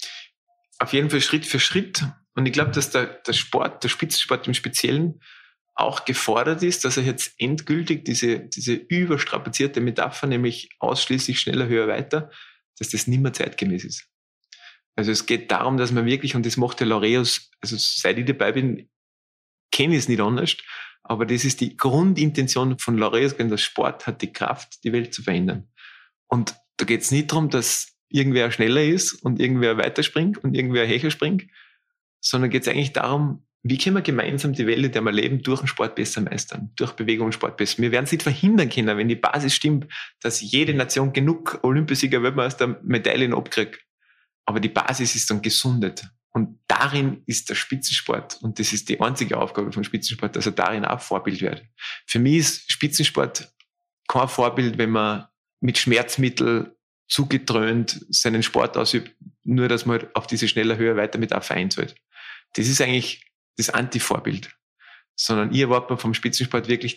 Auf jeden Fall Schritt für Schritt. Und ich glaube, dass der Sport, der Spitzensport im Speziellen, auch gefordert ist, dass er jetzt endgültig diese überstrapazierte Metapher, nämlich ausschließlich schneller, höher, weiter, dass das nicht mehr zeitgemäß ist. Also es geht darum, dass man wirklich, und das macht der Laureus, also seit ich dabei bin, kenne ich es nicht anders, aber das ist die Grundintention von Laureus, denn der Sport hat die Kraft, die Welt zu verändern. Und da geht es nicht darum, dass irgendwer schneller ist und irgendwer weiterspringt und irgendwer höher springt, sondern geht es eigentlich darum, wie können wir gemeinsam die Welt, in der wir leben, durch den Sport besser meistern, durch Bewegung und Sport besser. Wir werden es nicht verhindern können, wenn die Basis stimmt, dass jede Nation genug Olympiasieger, Weltmeister, Medaillen abkriegt. Aber die Basis ist dann gesundet. Und darin ist der Spitzensport, und das ist die einzige Aufgabe von Spitzensport, dass er darin auch Vorbild wird. Für mich ist Spitzensport kein Vorbild, wenn man mit Schmerzmittel zugedröhnt seinen Sport ausübt, nur dass man auf diese schneller, höher, weiter mit auch vereint wird. Das ist eigentlich das Anti-Vorbild. Sondern ich erwarte mir vom Spitzensport wirklich,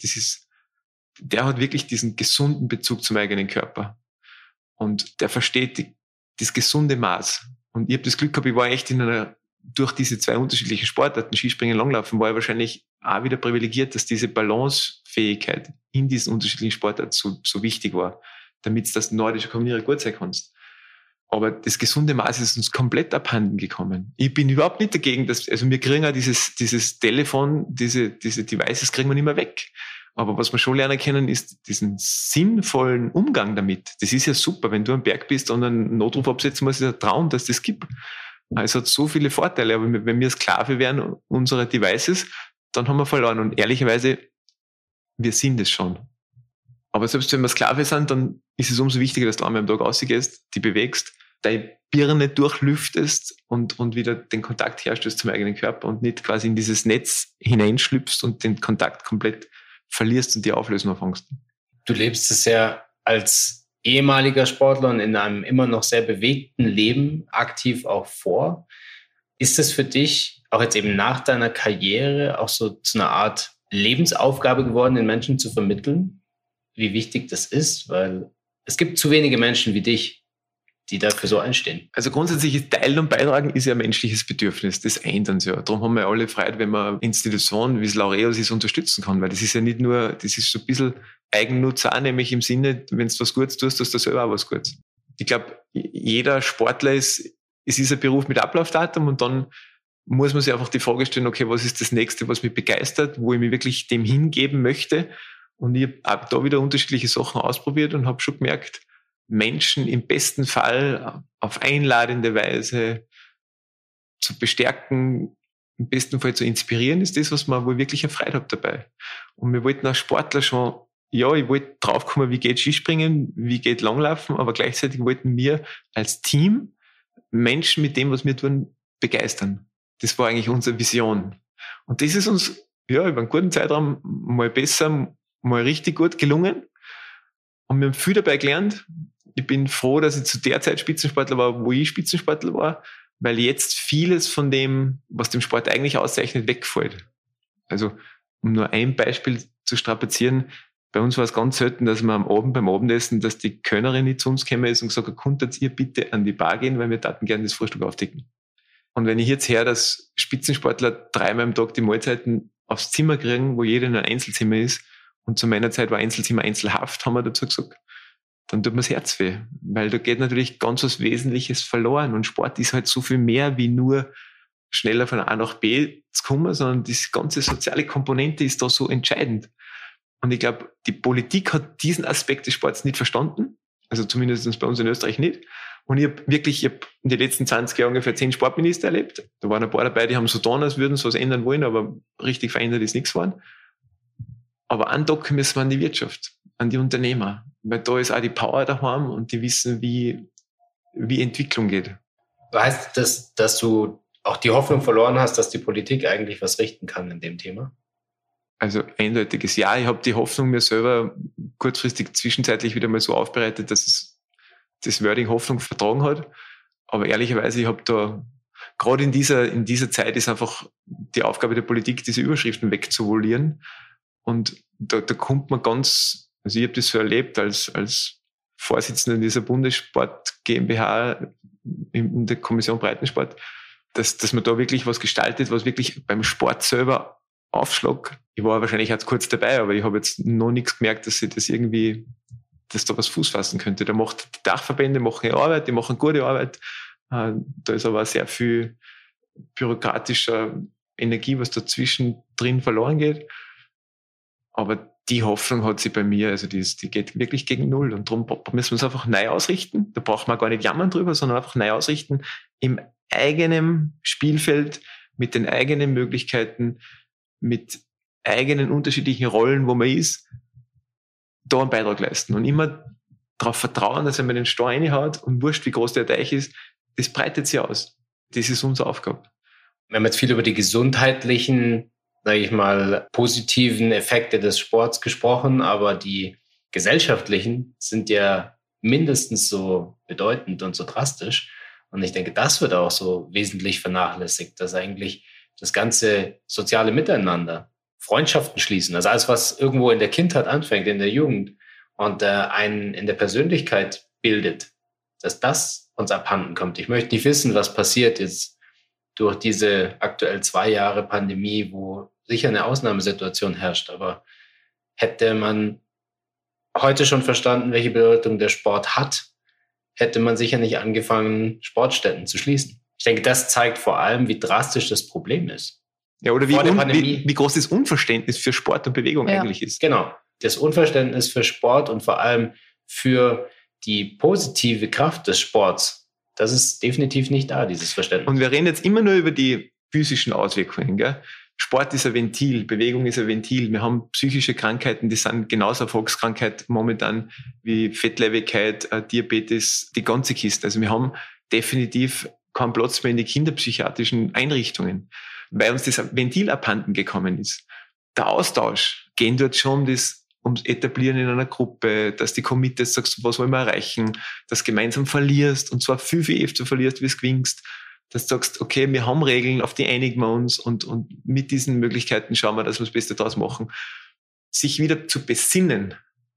der hat wirklich diesen gesunden Bezug zum eigenen Körper. Und der versteht das gesunde Maß. Und ich habe das Glück gehabt, ich war echt durch diese zwei unterschiedlichen Sportarten, Skispringen, Langlaufen, war ich wahrscheinlich auch wieder privilegiert, dass diese Balancefähigkeit in diesen unterschiedlichen Sportarten so wichtig war, damit das nordische Kombinieren gut sein kannst. Aber das gesunde Maß ist uns komplett abhanden gekommen. Ich bin überhaupt nicht dagegen, also wir kriegen ja dieses Telefon, diese Devices kriegen wir nicht mehr weg. Aber was wir schon lernen können, ist diesen sinnvollen Umgang damit. Das ist ja super, wenn du am Berg bist und einen Notruf absetzen musst, ist ein Traum, dass das gibt. Es hat so viele Vorteile, aber wenn wir Sklave wären unserer Devices, dann haben wir verloren. Und ehrlicherweise, wir sind es schon. Aber selbst wenn wir Sklave sind, dann ist es umso wichtiger, dass du einmal am Tag rausgehst, die bewegst, deine Birne durchlüftest und wieder den Kontakt herstellst zum eigenen Körper und nicht quasi in dieses Netz hineinschlüpfst und den Kontakt komplett verlierst und die Auflösung anfängst. Du lebst es ja als ehemaliger Sportler und in einem immer noch sehr bewegten Leben aktiv auch vor. Ist es für dich auch jetzt eben nach deiner Karriere auch so zu einer Art Lebensaufgabe geworden, den Menschen zu vermitteln, wie wichtig das ist? Weil es gibt zu wenige Menschen wie dich, die dafür so einstehen. Also grundsätzlich ist Teilen und Beitragen ist ja ein menschliches Bedürfnis. Das eint uns ja. Darum haben wir alle Freude, wenn man Institutionen, wie es Laureus ist, unterstützen kann. Weil das ist ja nicht nur, das ist so ein bisschen Eigennutz auch, nämlich im Sinne, wenn du was Gutes tust, tust du selber auch was Gutes. Ich glaube, jeder Sportler es ist ein Beruf mit Ablaufdatum und dann muss man sich einfach die Frage stellen, okay, was ist das Nächste, was mich begeistert, wo ich mich wirklich dem hingeben möchte. Und ich habe da wieder unterschiedliche Sachen ausprobiert und habe schon gemerkt, Menschen im besten Fall auf einladende Weise zu bestärken, im besten Fall zu inspirieren, ist das, was man wohl wirklich eine Freude hat dabei. Und wir wollten als Sportler schon, ja, ich wollte draufkommen, wie geht Skispringen, wie geht Langlaufen, aber gleichzeitig wollten wir als Team Menschen mit dem, was wir tun, begeistern. Das war eigentlich unsere Vision. Und das ist uns, ja, über einen guten Zeitraum mal besser, mal richtig gut gelungen. Und wir haben viel dabei gelernt. Ich bin froh, dass ich zu der Zeit Spitzensportler war, wo ich Spitzensportler war, weil jetzt vieles von dem, was dem Sport eigentlich auszeichnet, wegfällt. Also, um nur ein Beispiel zu strapazieren, bei uns war es ganz selten, dass wir am Abend beim Abendessen, dass die Kellnerin nicht zu uns gekommen ist und gesagt hat, konntet ihr bitte an die Bar gehen, weil wir taten gerne das Frühstück aufdecken. Und wenn ich jetzt höre, dass Spitzensportler 3-mal am Tag die Mahlzeiten aufs Zimmer kriegen, wo jeder in einem Einzelzimmer ist, und zu meiner Zeit war Einzelzimmer Einzelhaft, haben wir dazu gesagt, dann tut mir das Herz weh. Weil da geht natürlich ganz was Wesentliches verloren. Und Sport ist halt so viel mehr wie nur schneller von A nach B zu kommen, sondern die ganze soziale Komponente ist da so entscheidend. Und ich glaube, die Politik hat diesen Aspekt des Sports nicht verstanden. Also zumindest bei uns in Österreich nicht. Und ich habe in den letzten 20 Jahren ungefähr 10 Sportminister erlebt. Da waren ein paar dabei, die haben so getan, als würden sie was ändern wollen, aber richtig verändert ist nichts geworden. Aber andocken müssen wir an die Wirtschaft, an die Unternehmer. Weil da ist auch die Power daheim und die wissen, wie Entwicklung geht. Heißt das, dass du auch die Hoffnung verloren hast, dass die Politik eigentlich was richten kann in dem Thema? Also eindeutiges Ja. Ich habe die Hoffnung mir selber kurzfristig zwischenzeitlich wieder mal so aufbereitet, dass es das Wording Hoffnung vertragen hat. Aber ehrlicherweise, ich habe da, gerade in dieser Zeit ist einfach die Aufgabe der Politik, diese Überschriften wegzuvolieren. Und da kommt man ganz, also ich habe das so erlebt als Vorsitzender dieser Bundessport GmbH in der Kommission Breitensport, dass man da wirklich was gestaltet, was wirklich beim Sport selber Aufschlag. Ich war wahrscheinlich jetzt kurz dabei, aber ich habe jetzt noch nichts gemerkt, dass da was Fuß fassen könnte. Da macht die Dachverbände machen ihre Arbeit, die machen gute Arbeit. Da ist aber sehr viel bürokratischer Energie, was dazwischen drin verloren geht. Aber die Hoffnung hat sie bei mir, also die geht wirklich gegen Null. Und darum müssen wir es einfach neu ausrichten. Da braucht man gar nicht jammern drüber, sondern einfach neu ausrichten im eigenen Spielfeld, mit den eigenen Möglichkeiten, mit eigenen unterschiedlichen Rollen, wo man ist, da einen Beitrag leisten. Und immer darauf vertrauen, dass wenn man den Stor reinhaut und wurscht, wie groß der Teich ist, das breitet sich aus. Das ist unsere Aufgabe. Wir haben jetzt viel über die gesundheitlichen, sage ich mal, positiven Effekte des Sports gesprochen, aber die gesellschaftlichen sind ja mindestens so bedeutend und so drastisch. Und ich denke, das wird auch so wesentlich vernachlässigt, dass eigentlich das ganze soziale Miteinander, Freundschaften schließen, also alles, was irgendwo in der Kindheit anfängt, in der Jugend und einen in der Persönlichkeit bildet, dass das uns abhanden kommt. Ich möchte nicht wissen, was passiert jetzt durch diese aktuell 2 Jahre Pandemie, wo sicher eine Ausnahmesituation herrscht, aber hätte man heute schon verstanden, welche Bedeutung der Sport hat, hätte man sicher nicht angefangen, Sportstätten zu schließen. Ich denke, das zeigt vor allem, wie drastisch das Problem ist. Ja, oder wie groß das Unverständnis für Sport und Bewegung eigentlich ist. Genau, das Unverständnis für Sport und vor allem für die positive Kraft des Sports, das ist definitiv nicht da, dieses Verständnis. Und wir reden jetzt immer nur über die physischen Auswirkungen. Gell? Sport ist ein Ventil, Bewegung ist ein Ventil. Wir haben psychische Krankheiten, die sind genauso eine Volkskrankheit momentan wie Fettleibigkeit, Diabetes, die ganze Kiste. Also wir haben definitiv keinen Platz mehr in die kinderpsychiatrischen Einrichtungen, weil uns das Ventil abhanden gekommen ist. Der Austausch geht dort schon ums Etablieren in einer Gruppe, dass die committest, sagst, was wollen wir erreichen, dass du gemeinsam verlierst und zwar viel öfter verlierst, wie es gewinnst, dass du sagst, okay, wir haben Regeln, auf die einigen wir uns und mit diesen Möglichkeiten schauen wir, dass wir das Beste daraus machen. Sich wieder zu besinnen,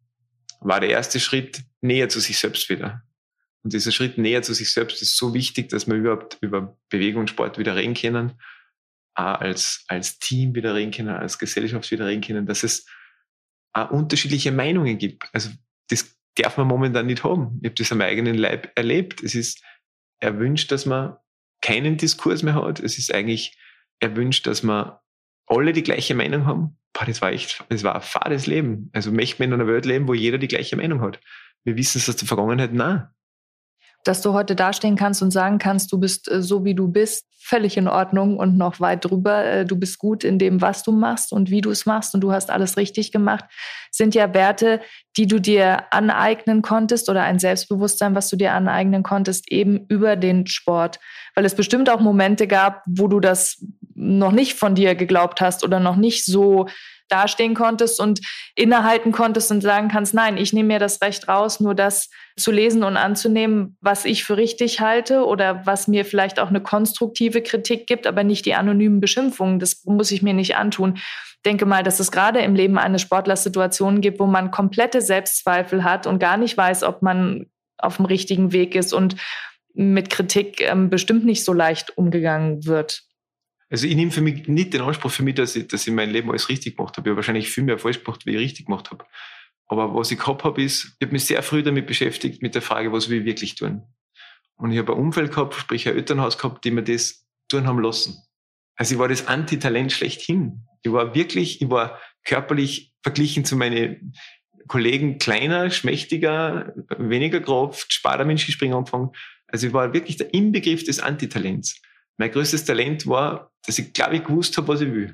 war der erste Schritt näher zu sich selbst wieder. Und dieser Schritt näher zu sich selbst ist so wichtig, dass wir überhaupt über Bewegung und Sport wieder reden können, auch als Team wieder reden können, als Gesellschaft wieder reden können, dass es auch unterschiedliche Meinungen gibt. Also das darf man momentan nicht haben. Ich habe das am eigenen Leib erlebt. Es ist erwünscht, dass man keinen Diskurs mehr hat. Es ist eigentlich erwünscht, dass wir alle die gleiche Meinung haben. Boah, das war ein fades Leben. Also möchte man in einer Welt leben, wo jeder die gleiche Meinung hat. Wir wissen es aus der Vergangenheit, nein. Dass du heute dastehen kannst und sagen kannst, du bist so wie du bist, völlig in Ordnung und noch weit drüber. Du bist gut in dem, was du machst und wie du es machst und du hast alles richtig gemacht, sind ja Werte, die du dir aneignen konntest oder ein Selbstbewusstsein, was du dir aneignen konntest, eben über den Sport. Weil es bestimmt auch Momente gab, wo du das noch nicht von dir geglaubt hast oder noch nicht so dastehen konntest und innehalten konntest und sagen kannst, nein, ich nehme mir das Recht raus, nur das zu lesen und anzunehmen, was ich für richtig halte oder was mir vielleicht auch eine konstruktive Kritik gibt, aber nicht die anonymen Beschimpfungen. Das muss ich mir nicht antun. Ich denke mal, dass es gerade im Leben eines Sportlers Situationen gibt, wo man komplette Selbstzweifel hat und gar nicht weiß, ob man auf dem richtigen Weg ist und mit Kritik bestimmt nicht so leicht umgegangen wird. Also ich nehme für mich nicht den Anspruch für mich, dass ich mein Leben alles richtig gemacht habe. Ich habe wahrscheinlich viel mehr falsch gemacht, wie ich richtig gemacht habe. Aber was ich gehabt habe, ist, ich habe mich sehr früh damit beschäftigt, mit der Frage, was will ich wirklich tun. Und ich habe ein Umfeld gehabt, sprich ein Elternhaus gehabt, die mir das tun haben lassen. Also ich war das Antitalent schlechthin. Ich war körperlich verglichen zu meinen Kollegen kleiner, schmächtiger, weniger Kraft, Sparda-Skispringen angefangen. Also ich war wirklich der Inbegriff des Antitalents. Mein größtes Talent war, dass ich, glaube ich, gewusst habe, was ich will.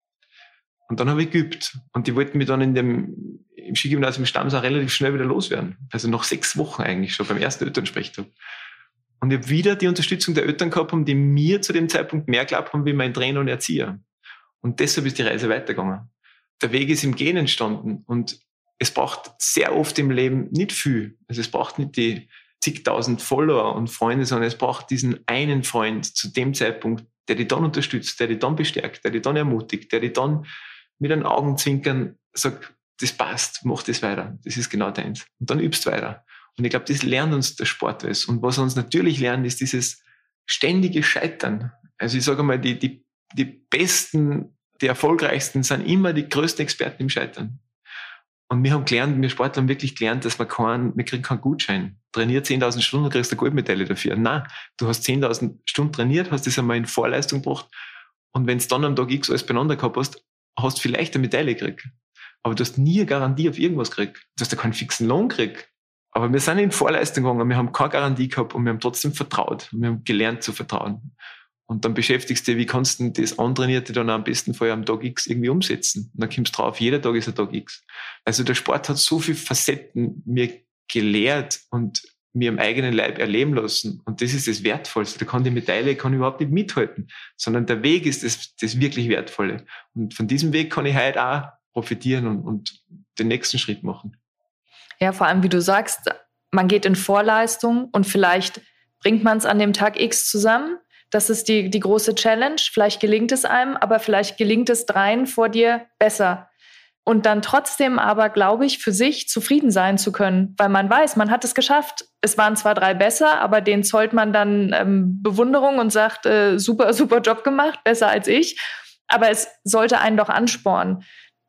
Und dann habe ich geübt. Und die wollten mich dann im Skigymnasium Stams auch relativ schnell wieder loswerden. Also nach 6 Wochen eigentlich schon beim ersten Elternsprechtag. Und ich habe wieder die Unterstützung der Eltern gehabt, die mir zu dem Zeitpunkt mehr geglaubt haben, wie mein Trainer und Erzieher. Und deshalb ist die Reise weitergegangen. Der Weg ist im Gehen entstanden. Und es braucht sehr oft im Leben nicht viel. Also es braucht nicht die zigtausend Follower und Freunde, sondern es braucht diesen einen Freund zu dem Zeitpunkt, der dich dann unterstützt, der dich dann bestärkt, der dich dann ermutigt, der dich dann mit einem Augenzwinkern sagt, das passt, mach das weiter, das ist genau deins. Und dann übst weiter. Und ich glaube, das lernt uns der Sport alles. Und was uns natürlich lernt, ist dieses ständige Scheitern. Also ich sage mal, die besten die Erfolgreichsten sind immer die größten Experten im Scheitern. Und wir Sportler haben wirklich gelernt, dass wir kriegen keinen Gutschein. Trainier 10.000 Stunden und kriegst eine Goldmedaille dafür. Nein, du hast 10.000 Stunden trainiert, hast das einmal in Vorleistung gebracht. Und wenn du dann am Tag X alles beieinander gehabt hast, hast du vielleicht eine Medaille gekriegt. Aber du hast nie eine Garantie auf irgendwas gekriegt. Du hast ja keinen fixen Lohn gekriegt. Aber wir sind in Vorleistung gegangen, wir haben keine Garantie gehabt und wir haben trotzdem vertraut. Und wir haben gelernt zu vertrauen. Und dann beschäftigst du dich, wie kannst du das Antrainierte dann am besten Fall am Tag X irgendwie umsetzen. Und dann kommst du drauf, jeder Tag ist ein Tag X. Also der Sport hat so viele Facetten mir gelehrt und mir am eigenen Leib erleben lassen. Und das ist das Wertvollste. Da kann die Medaille überhaupt nicht mithalten, sondern der Weg ist das wirklich Wertvolle. Und von diesem Weg kann ich heute auch profitieren und den nächsten Schritt machen. Ja, vor allem, wie du sagst, man geht in Vorleistung und vielleicht bringt man es an dem Tag X zusammen. Das ist die große Challenge. Vielleicht gelingt es einem, aber vielleicht gelingt es dreien vor dir besser. Und dann trotzdem aber, glaube ich, für sich zufrieden sein zu können, weil man weiß, man hat es geschafft. Es waren zwar 3 besser, aber denen zollt man dann Bewunderung und sagt, super, super Job gemacht, besser als ich. Aber es sollte einen doch anspornen.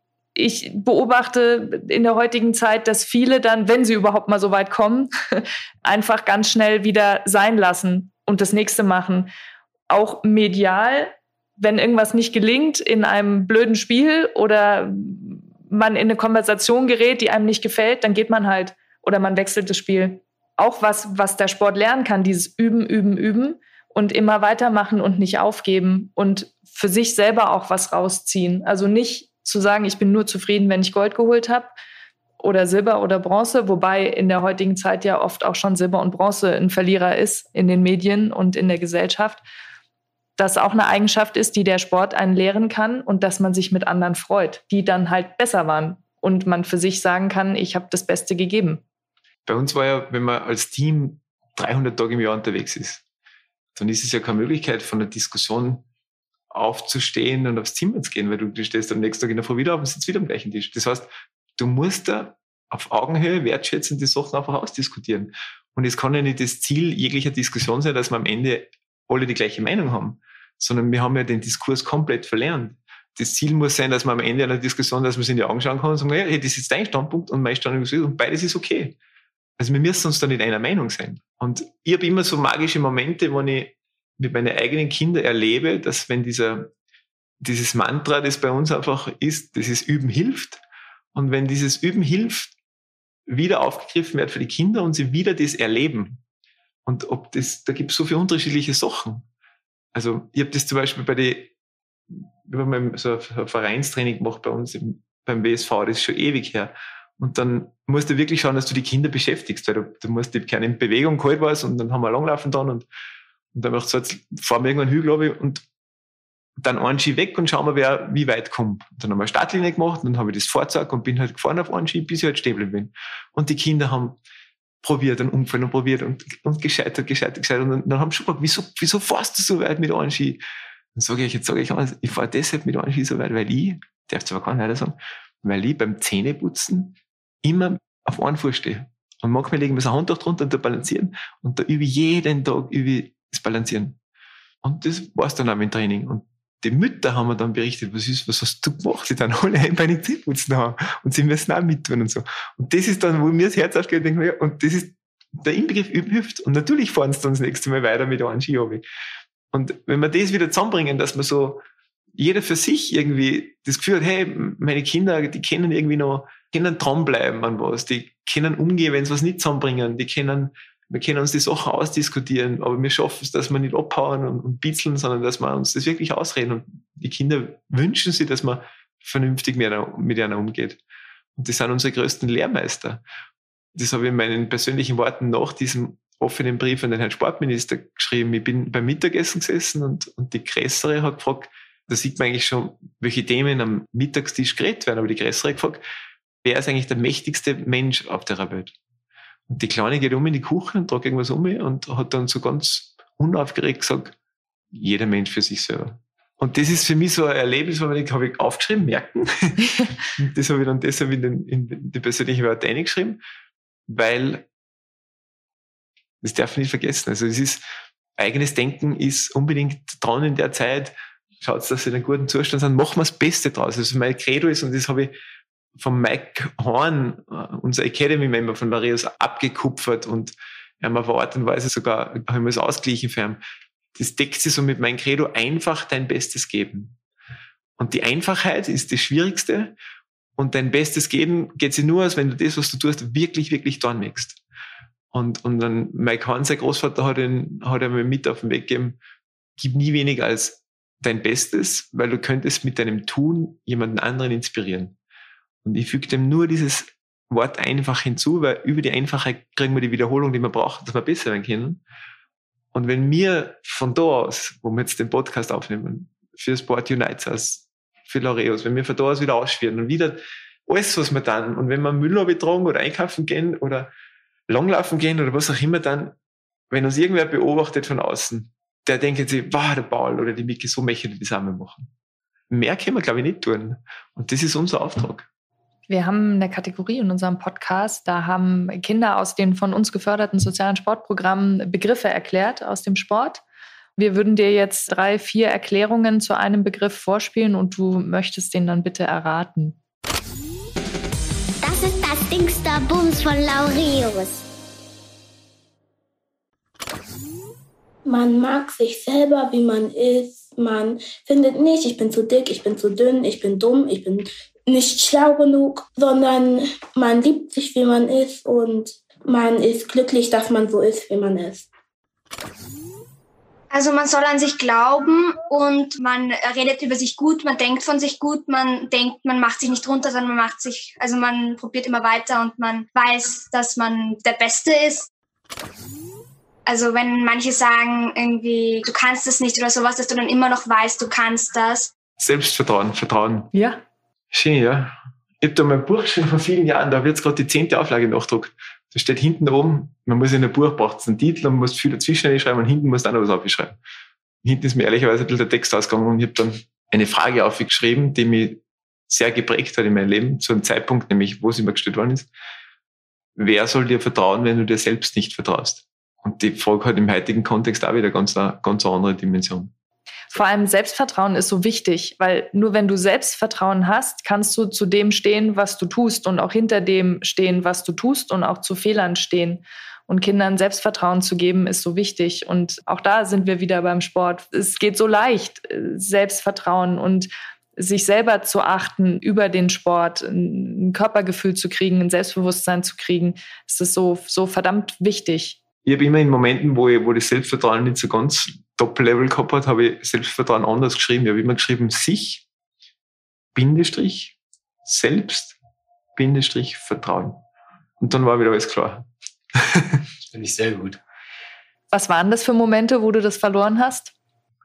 Ich beobachte in der heutigen Zeit, dass viele dann, wenn sie überhaupt mal so weit kommen, einfach ganz schnell wieder sein lassen und das nächste machen. Auch medial, wenn irgendwas nicht gelingt in einem blöden Spiel oder man in eine Konversation gerät, die einem nicht gefällt, dann geht man halt oder man wechselt das Spiel. Auch was der Sport lernen kann, dieses Üben, Üben, Üben und immer weitermachen und nicht aufgeben und für sich selber auch was rausziehen. Also nicht zu sagen, ich bin nur zufrieden, wenn ich Gold geholt habe oder Silber oder Bronze, wobei in der heutigen Zeit ja oft auch schon Silber und Bronze ein Verlierer ist in den Medien und in der Gesellschaft. Das auch eine Eigenschaft ist, die der Sport einen lehren kann und dass man sich mit anderen freut, die dann halt besser waren und man für sich sagen kann, ich habe das Beste gegeben. Bei uns war ja, wenn man als Team 300 Tage im Jahr unterwegs ist, dann ist es ja keine Möglichkeit, von einer Diskussion aufzustehen und aufs Zimmer zu gehen, weil du stehst am nächsten Tag in der Früh wieder auf und sitzt wieder am gleichen Tisch. Das heißt, du musst da auf Augenhöhe wertschätzend die Sachen einfach ausdiskutieren. Und es kann ja nicht das Ziel jeglicher Diskussion sein, dass wir am Ende alle die gleiche Meinung haben, sondern wir haben ja den Diskurs komplett verlernt. Das Ziel muss sein, dass man am Ende einer Diskussion, dass man sich in die Augen schauen kann und sagen, hey, das ist dein Standpunkt und mein Standpunkt und beides ist okay. Also wir müssen uns da nicht einer Meinung sein. Und ich habe immer so magische Momente, wo ich mit meinen eigenen Kindern erlebe, dass wenn dieses Mantra, das bei uns einfach ist, dieses Üben hilft. Und wenn dieses Üben hilft, wieder aufgegriffen wird für die Kinder und sie wieder das erleben. Und da gibt es so viele unterschiedliche Sachen. Also ich habe das zum Beispiel wir haben mal so ein Vereinstraining gemacht bei uns beim WSV, das ist schon ewig her. Und dann musst du wirklich schauen, dass du die Kinder beschäftigst, weil du musst die gerne in Bewegung geholt was und dann haben wir Langlaufen dann und dann macht so, jetzt fahren wir irgendwann einen Hügel und dann einen Ski weg und schauen wir, wer wie weit kommt. Und dann haben wir eine Startlinie gemacht und dann habe ich das Fahrzeug und bin halt gefahren auf einen Ski, bis ich halt stehen geblieben bin. Und die Kinder haben probiert und umgefallen und probiert und gescheitert. Und dann haben sie schon gefragt, wieso fährst du so weit mit einem Ski? Dann sage ich, ich fahre deshalb mit einem Ski so weit, weil ich, darf es aber gar nicht sagen, weil ich beim Zähneputzen immer auf einen Fuß stehe. Und manchmal legen wir so ein Handtuch drunter und da balancieren und da übe ich jeden Tag das Balancieren. Und das war's dann auch mit dem Training. Und die Mütter haben mir dann berichtet, was hast du gemacht? Sie dann alle einbeinig Zähneputzen haben. Und sie müssen auch mittun und so. Und das ist dann, wo mir das Herz aufgeht, und denke, ja, und das ist der Inbegriff Üben hilft. Und natürlich fahren sie dann das nächste Mal weiter mit einem Ski runter. Und wenn wir das wieder zusammenbringen, dass man so, jeder für sich irgendwie das Gefühl hat, hey, meine Kinder, die können dranbleiben an was, die können umgehen, wenn sie was nicht zusammenbringen, wir können uns die Sachen ausdiskutieren, aber wir schaffen es, dass wir nicht abhauen und bitzeln, sondern dass wir uns das wirklich ausreden. Und die Kinder wünschen sich, dass man vernünftig mit einer umgeht. Und das sind unsere größten Lehrmeister. Das habe ich in meinen persönlichen Worten nach diesem offenen Brief an den Herrn Sportminister geschrieben. Ich bin beim Mittagessen gesessen und die Größere hat gefragt, da sieht man eigentlich schon, welche Themen am Mittagstisch geredet werden, aber die Größere hat gefragt, wer ist eigentlich der mächtigste Mensch auf der Welt? Und die Kleine geht in die Küche und tragt irgendwas um und hat dann so ganz unaufgeregt gesagt, jeder Mensch für sich selber. Und das ist für mich so ein Erlebnis, wo ich habe ich aufgeschrieben, merken. Und das habe ich dann deshalb in die persönliche Wörter eingeschrieben, weil das darf ich nicht vergessen. Also eigenes Denken ist unbedingt dran in der Zeit, schaut, dass sie in einem guten Zustand sind, machen wir das Beste draus. Also mein Credo ist, und das habe ich von Mike Horn, unser Academy-Member von Laureus, abgekupfert und haben auf eine Art und Weise sogar, haben wir es ausgeglichen für ihn. Das deckt sich so mit meinem Credo, einfach dein Bestes geben. Und die Einfachheit ist das Schwierigste. Und dein Bestes geben geht sich nur aus, wenn du das, was du tust, wirklich, wirklich tun möchtest. Und dann Mike Horn, sein Großvater, hat er mir mit auf den Weg gegeben, gib nie weniger als dein Bestes, weil du könntest mit deinem Tun jemanden anderen inspirieren. Und ich füge dem nur dieses Wort einfach hinzu, weil über die Einfachheit kriegen wir die Wiederholung, die wir brauchen, dass wir besser werden können. Und wenn wir von da aus, wo wir jetzt den Podcast aufnehmen, für Sport Unites, für Laureus, wenn wir von da aus wieder ausführen und wieder alles, was wir dann, und wenn wir Müll betragen oder einkaufen gehen oder langlaufen gehen oder was auch immer, dann, wenn uns irgendwer beobachtet von außen, der denkt sich, wow, der Paul oder die Miki, so möchte ich das einmal machen. Mehr können wir, glaube ich, nicht tun. Und das ist unser Auftrag. Wir haben eine Kategorie in unserem Podcast, da haben Kinder aus den von uns geförderten sozialen Sportprogrammen Begriffe erklärt aus dem Sport. Wir würden dir jetzt 3, 4 Erklärungen zu einem Begriff vorspielen und du möchtest den dann bitte erraten. Das ist das Dingster Bums von Laureus. Man mag sich selber, wie man ist. Man findet nicht, ich bin zu dick, ich bin zu dünn, ich bin dumm, ich bin nicht schlau genug, sondern man liebt sich, wie man ist und man ist glücklich, dass man so ist, wie man ist. Also man soll an sich glauben und man redet über sich gut, man denkt von sich gut, man denkt, man macht sich nicht runter, sondern man probiert immer weiter und man weiß, dass man der Beste ist. Also wenn manche sagen irgendwie, du kannst das nicht oder sowas, dass du dann immer noch weißt, du kannst das. Selbstvertrauen, Vertrauen. Ja. Schön, ja. Ich habe da mal ein Buch geschrieben vor vielen Jahren, da habe ich jetzt gerade die 10. Auflage nachgedruckt. Da steht hinten oben, man muss in einem Buch, braucht es einen Titel und man muss viel dazwischen schreiben und hinten muss dann noch was aufschreiben. Hinten ist mir ehrlicherweise ein bisschen der Text ausgegangen und ich habe dann eine Frage aufgeschrieben, die mich sehr geprägt hat in meinem Leben, zu einem Zeitpunkt, nämlich wo es immer gestellt worden ist. Wer soll dir vertrauen, wenn du dir selbst nicht vertraust? Und die Frage hat im heutigen Kontext auch wieder ganz eine andere Dimension. Vor allem Selbstvertrauen ist so wichtig, weil nur wenn du Selbstvertrauen hast, kannst du zu dem stehen, was du tust und auch hinter dem stehen, was du tust und auch zu Fehlern stehen. Und Kindern Selbstvertrauen zu geben, ist so wichtig. Und auch da sind wir wieder beim Sport. Es geht so leicht, Selbstvertrauen und sich selber zu achten über den Sport, ein Körpergefühl zu kriegen, ein Selbstbewusstsein zu kriegen. Es ist so verdammt wichtig. Ich habe immer in Momenten, wo das Selbstvertrauen nicht so ganz Top-Level gehabt hat, habe ich Selbstvertrauen anders geschrieben. Ich habe immer geschrieben, sich, Bindestrich, selbst, Bindestrich, Vertrauen. Und dann war wieder alles klar. Das finde ich sehr gut. Was waren das für Momente, wo du das verloren hast?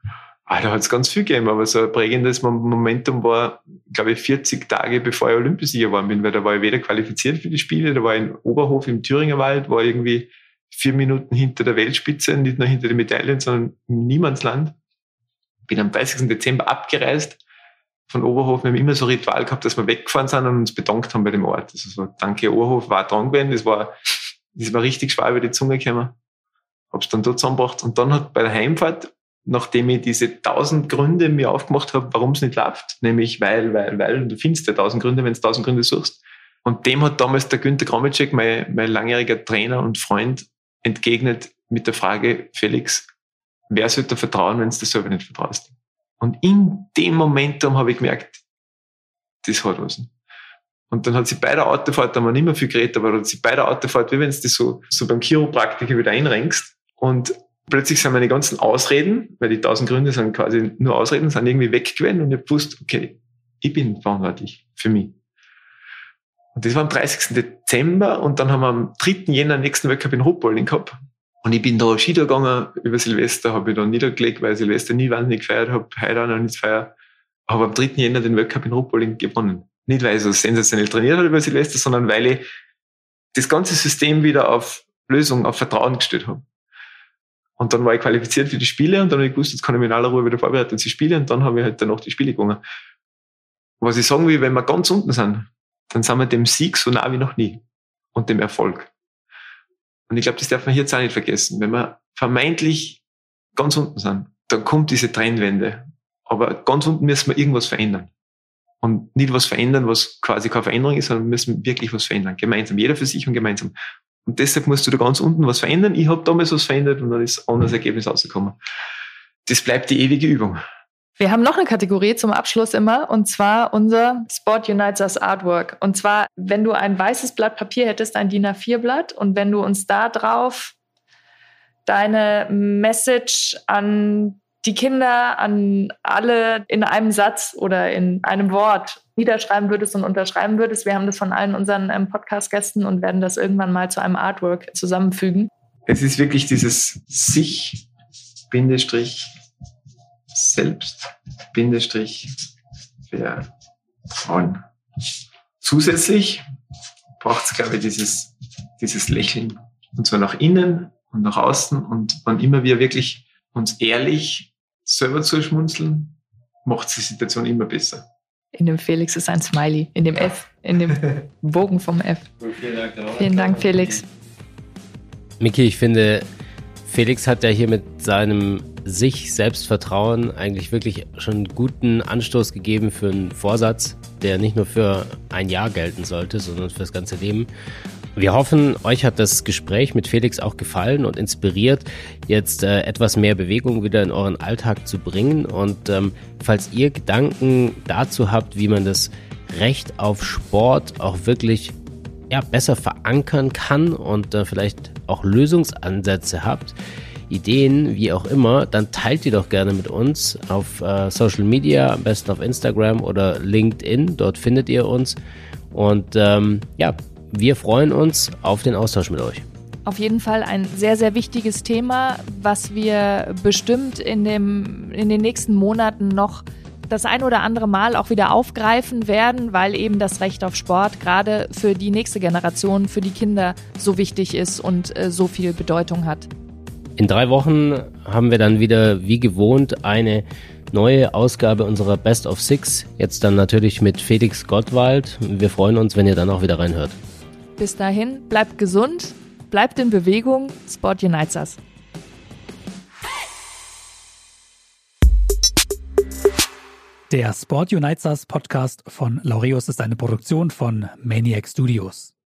Da hat es ganz viel gegeben, aber so ein prägendes Momentum war, glaube ich, 40 Tage bevor ich Olympiasieger geworden bin, weil da war ich weder qualifiziert für die Spiele, da war ich in Oberhof im Thüringer Wald, war irgendwie 4 Minuten hinter der Weltspitze, nicht nur hinter den Medaillen, sondern im Niemandsland. Bin am 30. Dezember abgereist von Oberhof. Wir haben immer so ein Ritual gehabt, dass wir weggefahren sind und uns bedankt haben bei dem Ort. Also so, danke Oberhof, war dran gewesen. Das war richtig schwer über die Zunge gekommen. Hab's dann dort zusammengebracht. Und dann hat bei der Heimfahrt, nachdem ich diese 1000 Gründe mir aufgemacht habe, warum es nicht läuft, nämlich weil, und du findest ja 1000 Gründe, wenn du 1000 Gründe suchst. Und dem hat damals der Günther Gramitschek, mein langjähriger Trainer und Freund, entgegnet mit der Frage, Felix, wer sollte dir vertrauen, wenn du dir selber nicht vertraust? Und in dem Momentum habe ich gemerkt, das hat was. Und dann hat sie bei der Autofahrt, da haben wir nicht mehr viel geredet, aber hat sie bei der Autofahrt, wie wenn du das so beim Chiropraktiker wieder einrenkst. Und plötzlich sind meine ganzen Ausreden, weil die 1000 Gründe sind quasi nur Ausreden, sind irgendwie weg gewesen und ich habe gewusst, okay, ich bin verantwortlich für mich. Und das war am 30. Dezember und dann haben wir am 3. Jänner nächsten Weltcup in Ruppolding gehabt. Und ich bin da Ski gegangen über Silvester, habe ich da niedergelegt, weil ich Silvester nie wahnsinnig gefeiert habe, heute auch noch nicht feiern. Aber am 3. Jänner den Weltcup in Ruppolding gewonnen. Nicht, weil ich so sensationell trainiert habe über Silvester, sondern weil ich das ganze System wieder auf Lösung, auf Vertrauen gestellt habe. Und dann war ich qualifiziert für die Spiele und dann habe ich gewusst, jetzt kann ich mich in aller Ruhe wieder vorbereiten für die Spiele und dann habe ich halt danach die Spiele gewonnen. Was ich sagen will, wenn wir ganz unten sind, dann sind wir dem Sieg so nah wie noch nie und dem Erfolg. Und ich glaube, das darf man jetzt auch nicht vergessen. Wenn wir vermeintlich ganz unten sind, dann kommt diese Trennwende. Aber ganz unten müssen wir irgendwas verändern. Und nicht was verändern, was quasi keine Veränderung ist, sondern müssen wirklich was verändern. Gemeinsam. Jeder für sich und gemeinsam. Und deshalb musst du da ganz unten was verändern. Ich habe damals was verändert und dann ist ein anderes Ergebnis rausgekommen. Das bleibt die ewige Übung. Wir haben noch eine Kategorie zum Abschluss immer, und zwar unser Sport Unites Us Artwork. Und zwar, wenn du ein weißes Blatt Papier hättest, ein DIN A4-Blatt, und wenn du uns da drauf deine Message an die Kinder, an alle in einem Satz oder in einem Wort niederschreiben würdest und unterschreiben würdest. Wir haben das von allen unseren Podcast-Gästen und werden das irgendwann mal zu einem Artwork zusammenfügen. Es ist wirklich dieses sich, selbst, vertrauen. Zusätzlich braucht es, glaube ich, dieses Lächeln. Und zwar nach innen und nach außen. Und wann immer wir wirklich uns ehrlich selber zu schmunzeln, macht die Situation immer besser. In dem Felix ist ein Smiley, in dem F, in dem Bogen vom F. Vielen Dank, Felix. Miki, ich finde, Felix hat ja hier mit seinem Selbstvertrauen eigentlich wirklich schon einen guten Anstoß gegeben für einen Vorsatz, der nicht nur für ein Jahr gelten sollte, sondern für das ganze Leben. Wir hoffen, euch hat das Gespräch mit Felix auch gefallen und inspiriert, jetzt etwas mehr Bewegung wieder in euren Alltag zu bringen. Und falls ihr Gedanken dazu habt, wie man das Recht auf Sport auch wirklich besser verankern kann und vielleicht auch Lösungsansätze habt, Ideen, wie auch immer, dann teilt die doch gerne mit uns auf Social Media, am besten auf Instagram oder LinkedIn. Dort findet ihr uns. Und wir freuen uns auf den Austausch mit euch. Auf jeden Fall ein sehr, sehr wichtiges Thema, was wir bestimmt in den nächsten Monaten noch das ein oder andere Mal auch wieder aufgreifen werden, weil eben das Recht auf Sport gerade für die nächste Generation, für die Kinder so wichtig ist und so viel Bedeutung hat. In 3 Wochen haben wir dann wieder, wie gewohnt, eine neue Ausgabe unserer Best of 6. Jetzt dann natürlich mit Felix Gottwald. Wir freuen uns, wenn ihr dann auch wieder reinhört. Bis dahin, bleibt gesund, bleibt in Bewegung. Sport Unites Us. Der Sport Unites Us Podcast von Laureus ist eine Produktion von Maniac Studios.